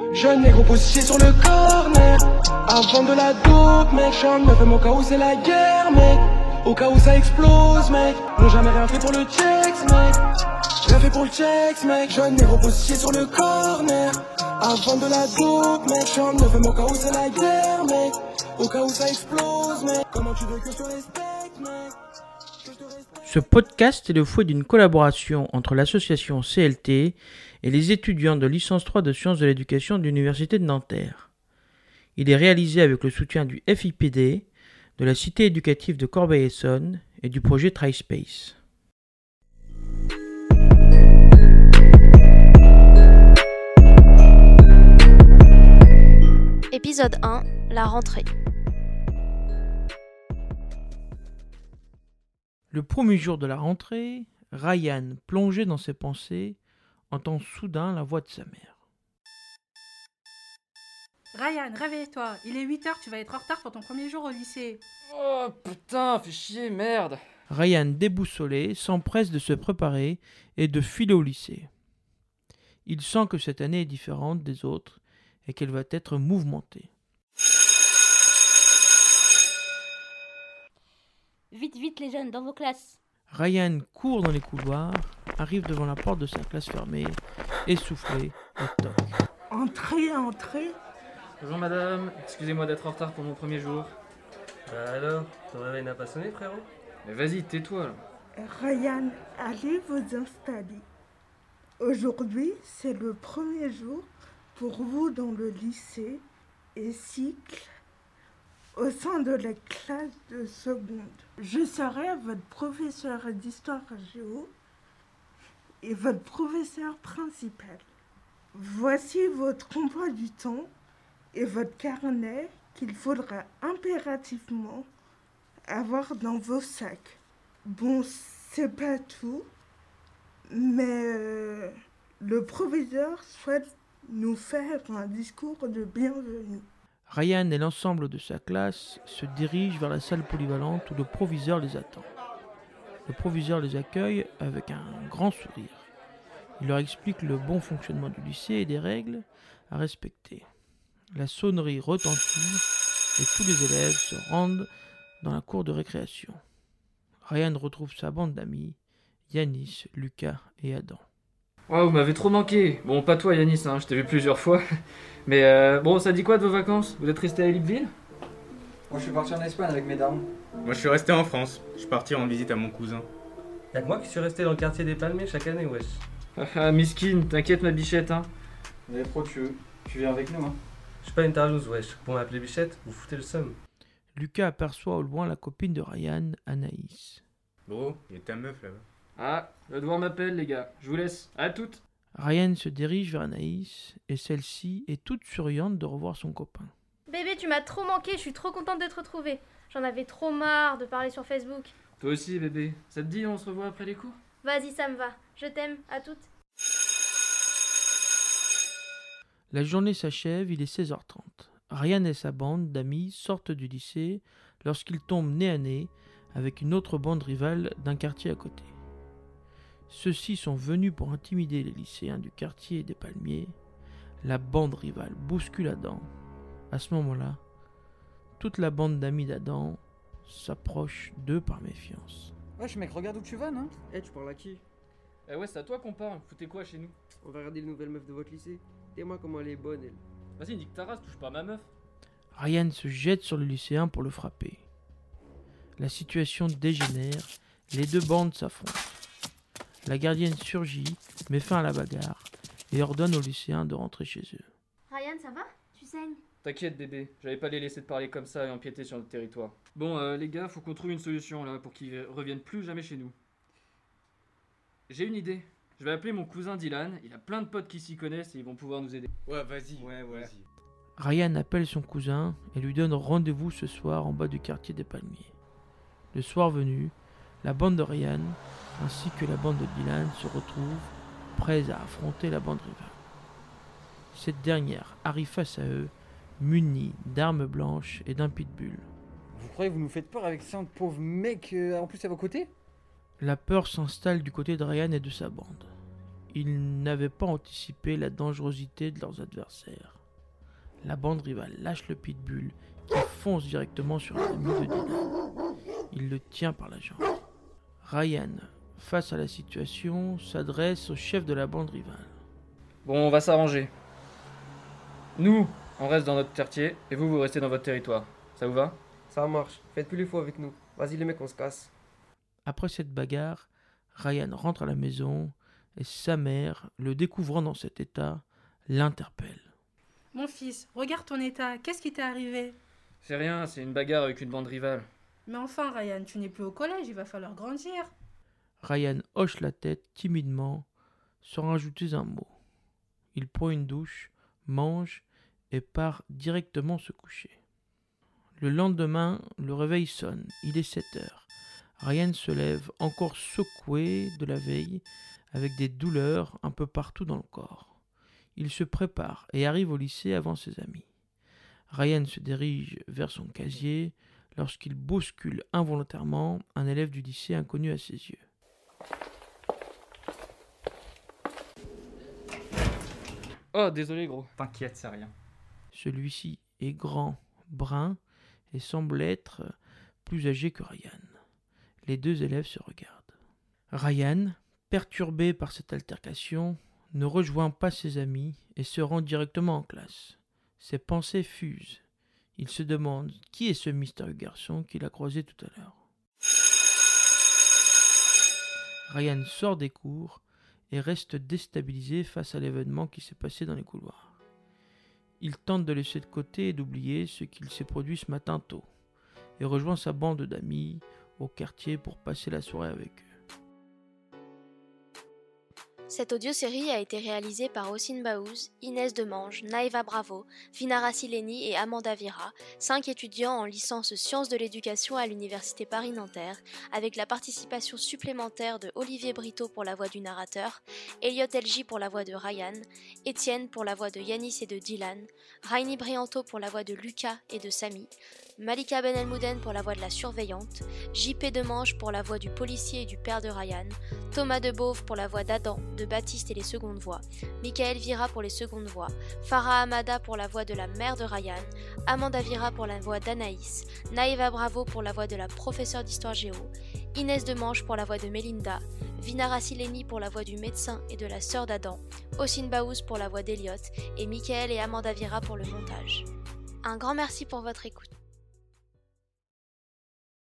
Jeune négro positionné sur le corner. Avant de la dope, mec. J'en me fais mon cas où c'est la guerre, mec. Au cas où ça explose, mec. N'ont jamais rien fait pour le checks, mec. Rien fait pour le checks, mec. Jeune négro positionné sur le corner. Avant de la dope, mec. J'en me fais mon cas où c'est la guerre, mec. Au cas où ça explose, mec. Comment tu veux que je te respecte, mec? Ce podcast est le fruit d'une collaboration entre l'association CLT et les étudiants de licence 3 de sciences de l'éducation de l'Université de Nanterre. Il est réalisé avec le soutien du FIPD, de la Cité éducative de Corbeil-Essonnes et du projet TriSpace. Épisode 1, la rentrée. Le premier jour de la rentrée, Ryan, plongé dans ses pensées, entend soudain la voix de sa mère. Ryan, réveille-toi, il est 8h, tu vas être en retard pour ton premier jour au lycée. Oh putain, fais chier, merde. Ryan, déboussolé, s'empresse de se préparer et de filer au lycée. Il sent que cette année est différente des autres et qu'elle va être mouvementée. Vite, vite les jeunes, dans vos classes. Ryan court dans les couloirs, arrive devant la porte de sa classe fermée, essoufflé et toque. Entrez, entrez. Bonjour madame, excusez-moi d'être en retard pour mon premier jour. Alors, ton réveil n'a pas sonné, frérot? Mais vas-y, tais-toi là. Ryan, allez vous installer. Aujourd'hui, c'est le premier jour pour vous dans le lycée et cycle au sein de la classe de seconde. Je serai votre professeur d'histoire géo et votre professeur principal. Voici votre emploi du temps et votre carnet qu'il faudra impérativement avoir dans vos sacs. Bon, c'est pas tout, mais le proviseur souhaite nous faire un discours de bienvenue. Ryan et l'ensemble de sa classe se dirigent vers la salle polyvalente où le proviseur les attend. Le proviseur les accueille avec un grand sourire. Il leur explique le bon fonctionnement du lycée et des règles à respecter. La sonnerie retentit et tous les élèves se rendent dans la cour de récréation. Ryan retrouve sa bande d'amis, Yanis, Lucas et Adam. Oh, vous m'avez trop manqué. Bon, pas toi Yanis, je t'ai vu plusieurs fois. Mais bon, ça dit quoi de vos vacances? Vous êtes resté à Libreville? Moi je suis parti en Espagne avec mes darons. Moi je suis resté en France. Je suis parti en visite à mon cousin. Y'a que moi qui suis resté dans le quartier des Palmiers chaque année, wesh. Ah, miskin, t'inquiète ma bichette, Mais pro, tu viens avec nous, Je suis pas une tarlouse, wesh. Pour m'appeler bichette, vous foutez le seum. Lucas aperçoit au loin la copine de Ryan, Anaïs. Bro, il y a ta meuf là-bas. Ah, le devoir m'appelle les gars. Je vous laisse. À toutes. Ryan se dirige vers Anaïs et celle-ci est toute souriante de revoir son copain. Bébé, tu m'as trop manqué, je suis trop contente de te retrouver. J'en avais trop marre de parler sur Facebook. Toi aussi bébé. Ça te dit on se revoit après les cours? Vas-y, ça me va. Je t'aime, à toutes. La journée s'achève, il est 16h30. Ryan et sa bande d'amis sortent du lycée lorsqu'ils tombent nez à nez avec une autre bande rivale d'un quartier à côté. Ceux-ci sont venus pour intimider les lycéens du quartier des Palmiers. La bande rivale bouscule Adam. À ce moment-là, toute la bande d'amis d'Adam s'approche d'eux par méfiance. Wesh mec, regarde où tu vas, non? Tu parles à qui? Eh ouais, c'est à toi qu'on parle. Foutez quoi chez nous? On va regarder les nouvelles meufs de votre lycée. Dis-moi comment elle est bonne, elle. Vas-y, nique ta race, touche pas à ma meuf. Ryan se jette sur le lycéen pour le frapper. La situation dégénère, les deux bandes s'affrontent. La gardienne surgit, met fin à la bagarre et ordonne aux lycéens de rentrer chez eux. Ryan, ça va? Tu saignes? T'inquiète bébé, j'allais pas les laisser te parler comme ça et empiéter sur notre territoire. Bon les gars, faut qu'on trouve une solution là pour qu'ils reviennent plus jamais chez nous. J'ai une idée. Je vais appeler mon cousin Dylan, il a plein de potes qui s'y connaissent et ils vont pouvoir nous aider. Ouais, vas-y. Vas-y. Ryan appelle son cousin et lui donne rendez-vous ce soir en bas du quartier des Palmiers. Le soir venu, la bande de Ryan ainsi que la bande de Dylan se retrouvent prêts à affronter la bande rivale. Cette dernière arrive face à eux, munie d'armes blanches et d'un pitbull. Vous croyez que vous nous faites peur avec 5 pauvres mecs en plus à vos côtés? La peur s'installe du côté de Ryan et de sa bande. Ils n'avaient pas anticipé la dangerosité de leurs adversaires. La bande rivale lâche le pitbull qui fonce directement sur un ami de Dylan. Il le tient par la jambe. Ryan, face à la situation, s'adresse au chef de la bande rivale. Bon, on va s'arranger. Nous, on reste dans notre quartier et vous restez dans votre territoire. Ça vous va? Ça marche. Faites plus les fous avec nous. Vas-y les mecs, on se casse. Après cette bagarre, Ryan rentre à la maison et sa mère, le découvrant dans cet état, l'interpelle. Mon fils, regarde ton état. Qu'est-ce qui t'est arrivé? C'est rien, c'est une bagarre avec une bande rivale. Mais enfin, Ryan, tu n'es plus au collège, il va falloir grandir. Ryan hoche la tête timidement, sans rajouter un mot. Il prend une douche, mange et part directement se coucher. Le lendemain, le réveil sonne. Il est 7 heures. Ryan se lève, encore secoué de la veille, avec des douleurs un peu partout dans le corps. Il se prépare et arrive au lycée avant ses amis. Ryan se dirige vers son casier lorsqu'il bouscule involontairement un élève du lycée inconnu à ses yeux. Oh, désolé gros. T'inquiète, c'est rien. Celui-ci est grand, brun et semble être plus âgé que Ryan. Les deux élèves se regardent. Ryan, perturbé par cette altercation, ne rejoint pas ses amis et se rend directement en classe. Ses pensées fusent. Il se demande qui est ce mystérieux garçon qu'il a croisé tout à l'heure. Ryan sort des cours et reste déstabilisé face à l'événement qui s'est passé dans les couloirs. Il tente de laisser de côté et d'oublier ce qu'il s'est produit ce matin tôt, et rejoint sa bande d'amis au quartier pour passer la soirée avec eux. Cette audiosérie a été réalisée par Ossine Baouz, Inès Demange, Naïva Bravo, Vinara Sileni et Amanda Vira, 5 étudiants en licence sciences de l'éducation à l'université Paris-Nanterre, avec la participation supplémentaire de Olivier Brito pour la voix du narrateur, Elliot Elgi pour la voix de Ryan, Étienne pour la voix de Yanis et de Dylan, Rainy Brianto pour la voix de Lucas et de Samy, Malika Ben Elmouden pour la voix de la surveillante, JP Demange pour la voix du policier et du père de Ryan, Thomas Debauve pour la voix d'Adam, de Baptiste et les secondes voix, Michael Vira pour les secondes voix, Farah Hamada pour la voix de la mère de Ryan, Amanda Vira pour la voix d'Anaïs, Naïva Bravo pour la voix de la professeure d'histoire géo, Inès Demange pour la voix de Mélinda, Vinara Sileni pour la voix du médecin et de la sœur d'Adam, Ossine Baouz pour la voix d'Eliott et Michael et Amanda Vira pour le montage. Un grand merci pour votre écoute.